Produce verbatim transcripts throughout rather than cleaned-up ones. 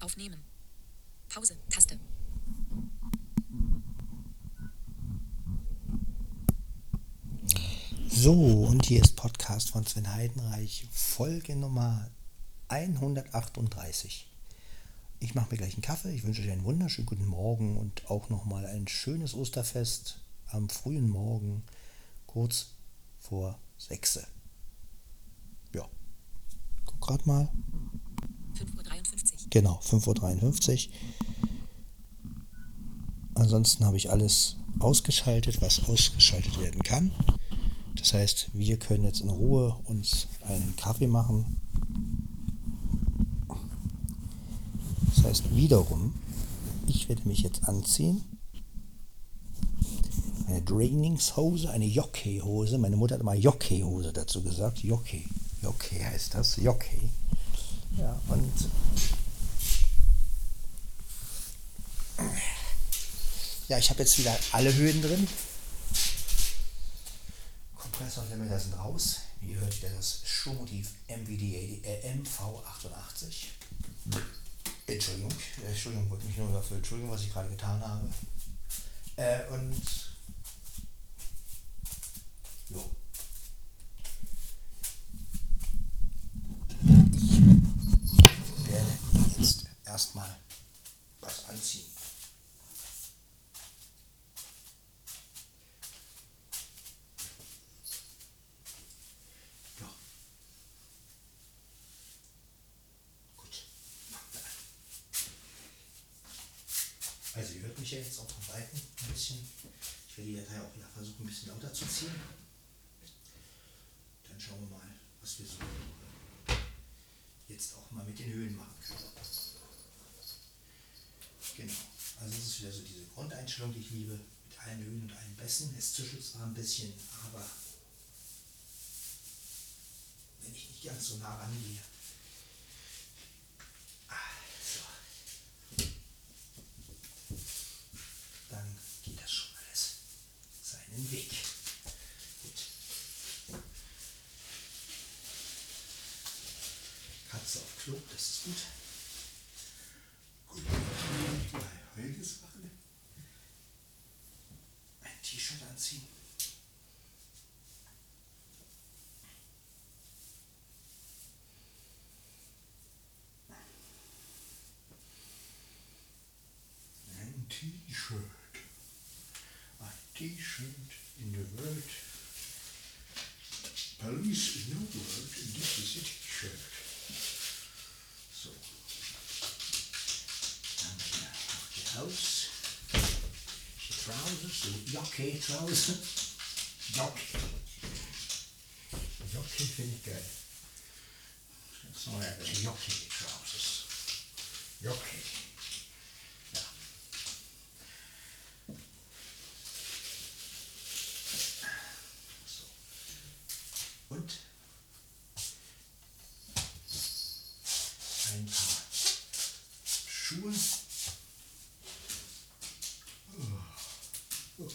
Aufnehmen. Pause. Taste. So, und hier ist Podcast von Sven Heidenreich, Folge Nummer hundertachtunddreißig. Ich mache mir gleich einen Kaffee, ich wünsche euch einen wunderschönen guten Morgen und auch nochmal ein schönes Osterfest am frühen Morgen, kurz vor sechs. Ja, guck gerade mal. fünf Uhr dreiundfünfzig. Genau, fünf Uhr dreiundfünfzig. Ansonsten habe ich alles ausgeschaltet, was ausgeschaltet werden kann. Das heißt, wir können jetzt in Ruhe uns einen Kaffee machen. Das heißt wiederum, ich werde mich jetzt anziehen. Eine Trainingshose, eine Jockey-Hose. Meine Mutter hat immer Jockey-Hose dazu gesagt. Jockey. Jockey heißt das. Jockey. Ja, und ja, ich habe jetzt wieder alle Höhen drin. Kompressorlimiter sind raus. Ihr hört wieder das Schuhmotiv M V D, äh, M V achtundachtzig. Entschuldigung, äh, Entschuldigung, wollte mich nur dafür entschuldigen, was ich gerade getan habe. Äh, und jo. Ich werde jetzt erstmal was anziehen. Ja. Gut. Also ihr hört mich ja jetzt auch von Weitem ein bisschen. Ich werde die Datei auch wieder versuchen, ein bisschen lauter zu ziehen. Dann schauen wir mal, was wir so jetzt auch mal mit den Höhen machen können. Genau. Also das ist wieder so diese Grundeinstellung, die ich liebe, mit allen Höhen und allen Bässen. Es zischelt zwar ein bisschen, aber wenn ich nicht ganz so nah rangehe. So. Dann geht das schon alles seinen Weg. Gut. Katze auf Klo, das ist gut. Gut. Bei Holges machen. Ein T-Shirt anziehen. Ein T-Shirt. Ein T-Shirt in the world. Police in the world, and this is a T-Shirt. So. Dann wieder auf die Haus. Die Trousers, so Jockey Trousers. Jockey. Jockey finde ich geil. Das neue Jockey Trousers. Jockey. Ja. So. Und ein paar Schuhe. Oh.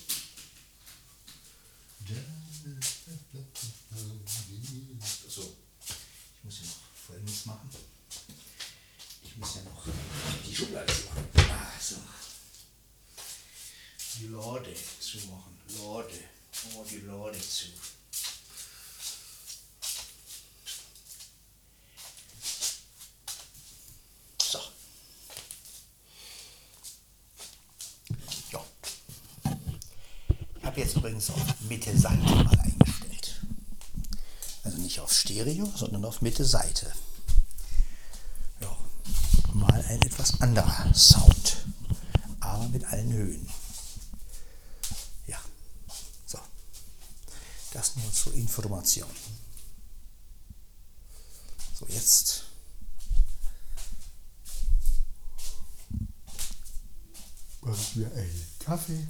So, ich muss ja noch Folgendes machen. Ich muss ja noch die Schublade machen. Ah, so. Die Lade zu machen. Lade. Oh, die Lade zu. So. Ja. Ich habe jetzt übrigens auf Mitte-Seite mal eingestellt. Also nicht auf Stereo, sondern auf Mitte-Seite. Ja. Mal ein etwas anderer Sound. Aber mit allen Höhen. Ja. So. Das nur zur Information. So, jetzt machen wir einen Kaffee.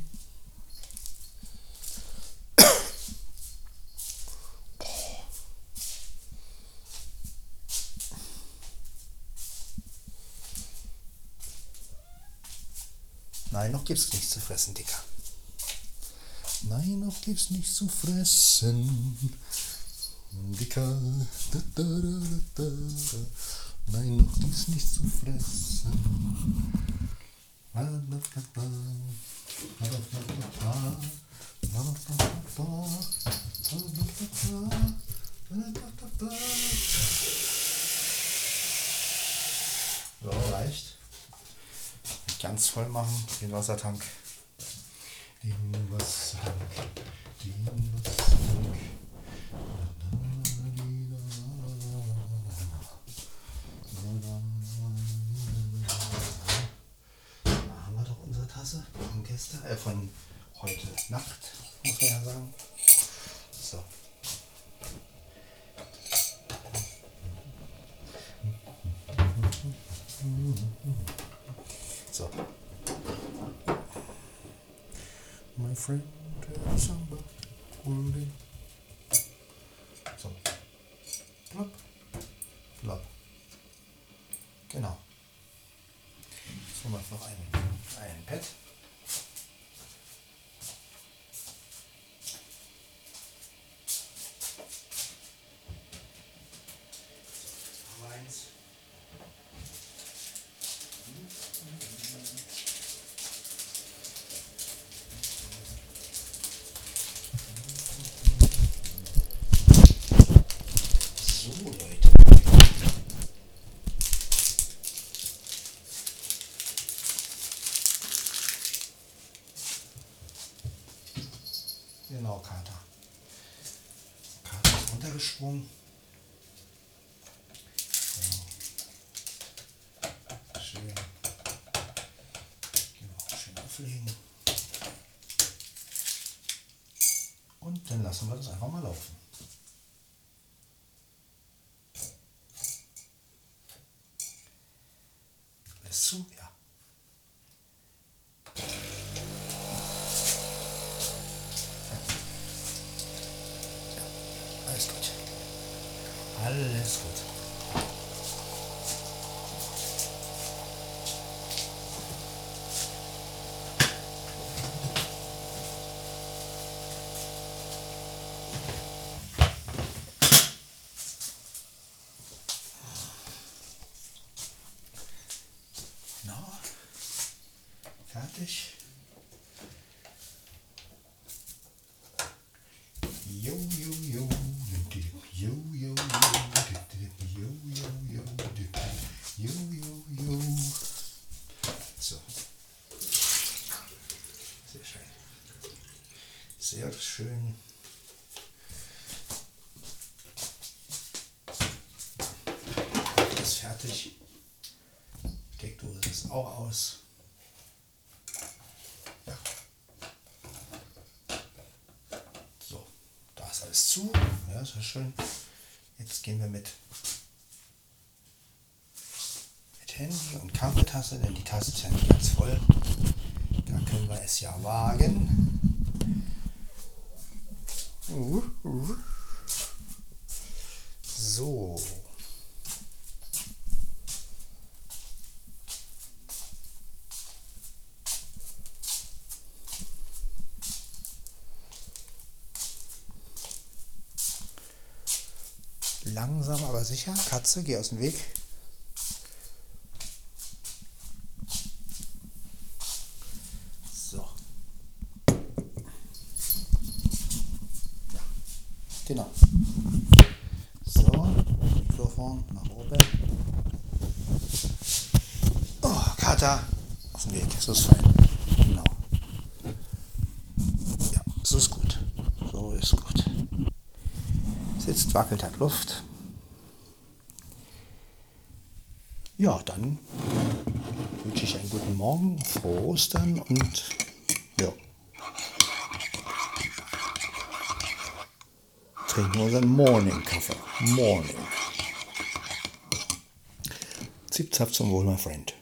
Nein, noch gibt's nichts zu fressen, Dicker. Nein, noch gibt's nichts zu fressen. Dicker. Da, da, da, da, da. Nein, noch gibt's nichts zu fressen. So, reicht. Ganz voll machen, den Wassertank. Den Wassertank, den Wassertank. Da haben wir doch unsere Tasse von gestern, äh, von heute Nacht, muss man ja sagen. So. So. My friend has somebody holding. So. Plopp. Plopp. Genau. Jetzt holen wir uns noch ein, ein Pad. Eins. So, Leute. Genau, Kater. Kater ist runtergesprungen. So. Schön. Genau, schön auflegen. Und dann lassen wir das einfach mal laufen. Lässt zu? Ja. Alles gut. Alles gut. Na, fertig. Jo, jo, jo. Jo, jo, jo. Jo, jo, jo. Jo, jo, jo. So. Sehr schön. Sehr schön. Das ist fertig. Steckdose ist auch aus. Ja. So, da ist alles zu. Ja, ist ja schön. Jetzt gehen wir mit, mit Handy und Kaffeetasse, denn die Tasse ist ja nicht ganz voll. Da können wir es ja wagen. Uh, uh. So. Langsam aber sicher. Katze, geh aus dem Weg. So. Ja, genau. So, Mikrofon nach oben. Oh, Kater, aus dem Weg. So ist fein. Genau. Ja, so ist gut. So ist gut. Sitzt, wackelt, hat Luft. Ja, dann wünsche ich einen guten Morgen, frohe Ostern und ja. Trinken wir unseren Morning-Kaffee. Morning. Zip-zap zum Wohl, mein Freund.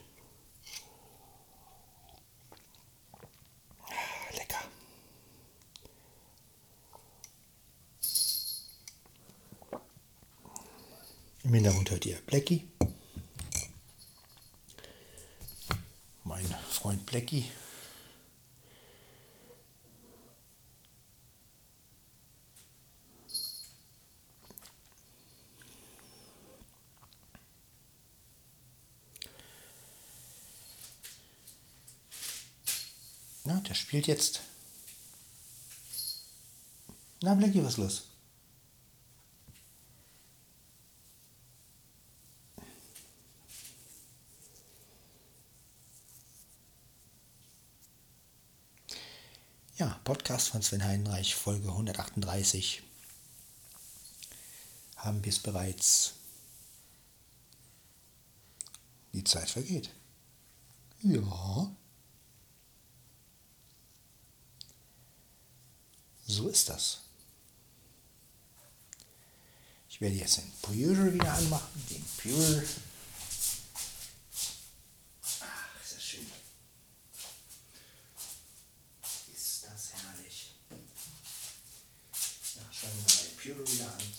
Lecker. Im Hintergrund hört ihr Blackie. Mein Freund Blackie. Na, der spielt jetzt. Na, Blackie, was ist los? Ja, Podcast von Sven Heidenreich, Folge hundertachtunddreißig. Haben wir es bereits. Die Zeit vergeht. Ja. So ist das. Ich werde jetzt den Pure wieder anmachen. Den Pure. Ach, ist das schön. Ist das herrlich. Ja, schauen wir mal den Pure wieder an.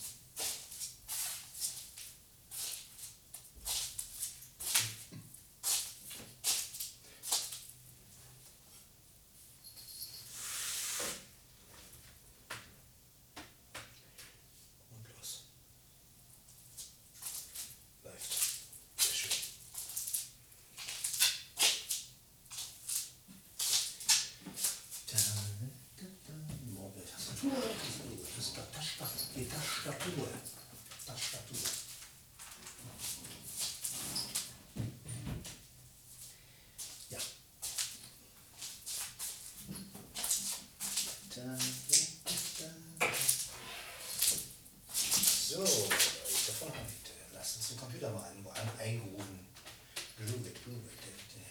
Und los. Läuft. Sehr schön. Da, da, da. Morgen Tastatur. Das ist das Tastatur. Die Tastatur. Tastatur. Ja. Da, da, da. So, Leute von heute. Lasst uns den Computer mal an, an, eingrooven. Groove it, groove it.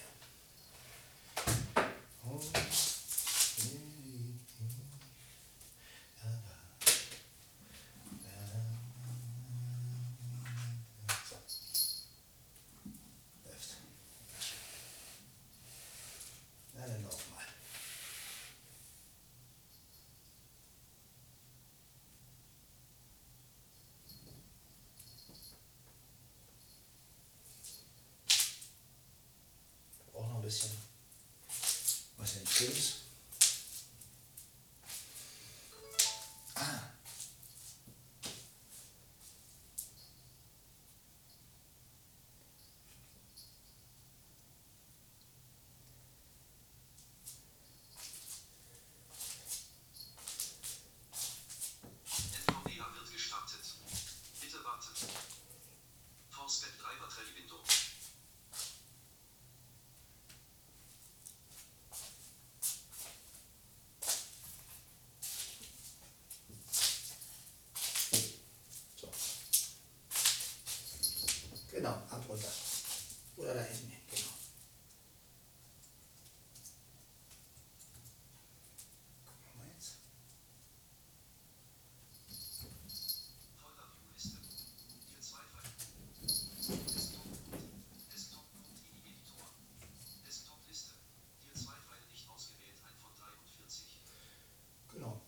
Oh. So. Läuft. Na, dann lauf mal. Auch noch ein bisschen. Was denn Schönes? Ah. N V D A wird gestartet. Bitte warten. Force-Web drei Batterie Window. So. Genau, ab runter. Oder da hinten hin, genau. Gucken wir mal jetzt. Folder-View-Liste. Tier zwei File. Desktop. Desktop.ini-Editor. Desktop-Liste. Tier zwei File nicht ausgewählt. ein von dreiundvierzig. Genau.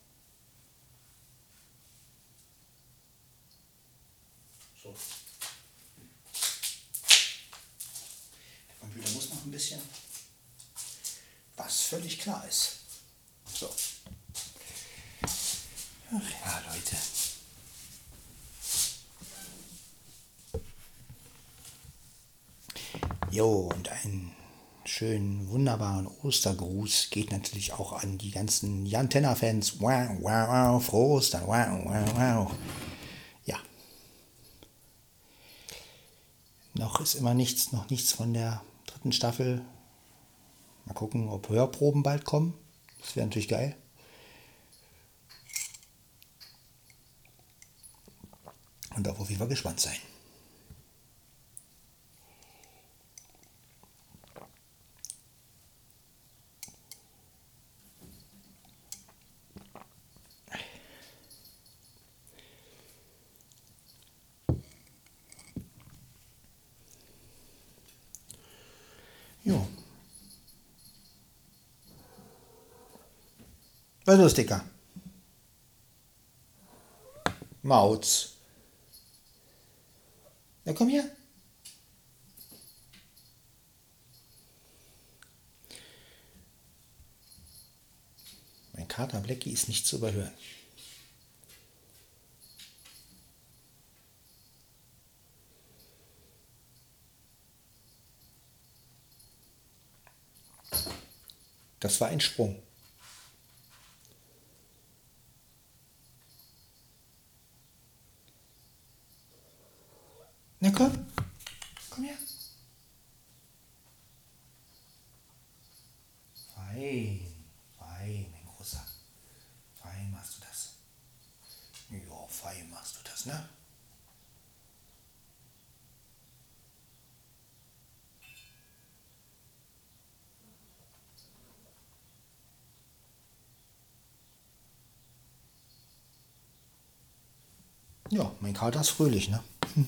So. Der Computer muss noch ein bisschen. Was völlig klar ist. So. Ach ja, Leute. Jo, und einen schönen, wunderbaren Ostergruß geht natürlich auch an die ganzen Jantenna-Fans. Wow, wow, wow, frohe Ostern. Wow, wow, wow. Ja. Noch ist immer nichts, noch nichts von der dritten Staffel. Mal gucken, ob Hörproben bald kommen. Das wäre natürlich geil. Und darf auf jeden Fall gespannt sein. Jo. Was ist los, Dicker? Mauz. Na komm her. Mein Kater Blackie ist nicht zu überhören. Das war ein Sprung. Na komm, komm her. Fein, fein, mein Großer. Fein machst du das. Ja, fein machst du das, ne? Ja, mein Kater ist fröhlich, ne?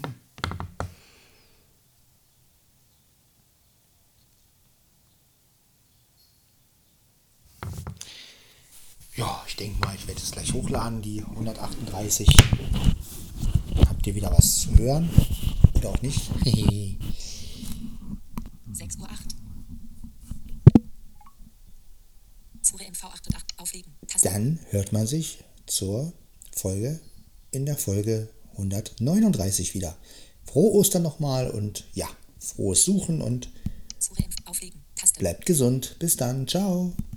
Ja, ich denke mal, ich werde es gleich hochladen, die hundertachtunddreißig. Habt ihr wieder was zu hören? Oder auch nicht? sechs Uhr acht. Suche M V achtundachtzig. Auflegen. Taste. Dann hört man sich zur Folge in der Folge hundertneununddreißig wieder. Frohe Ostern nochmal und ja, frohes Suchen und Suche M V. Auflegen. Taste. bleibt gesund. Bis dann. Ciao.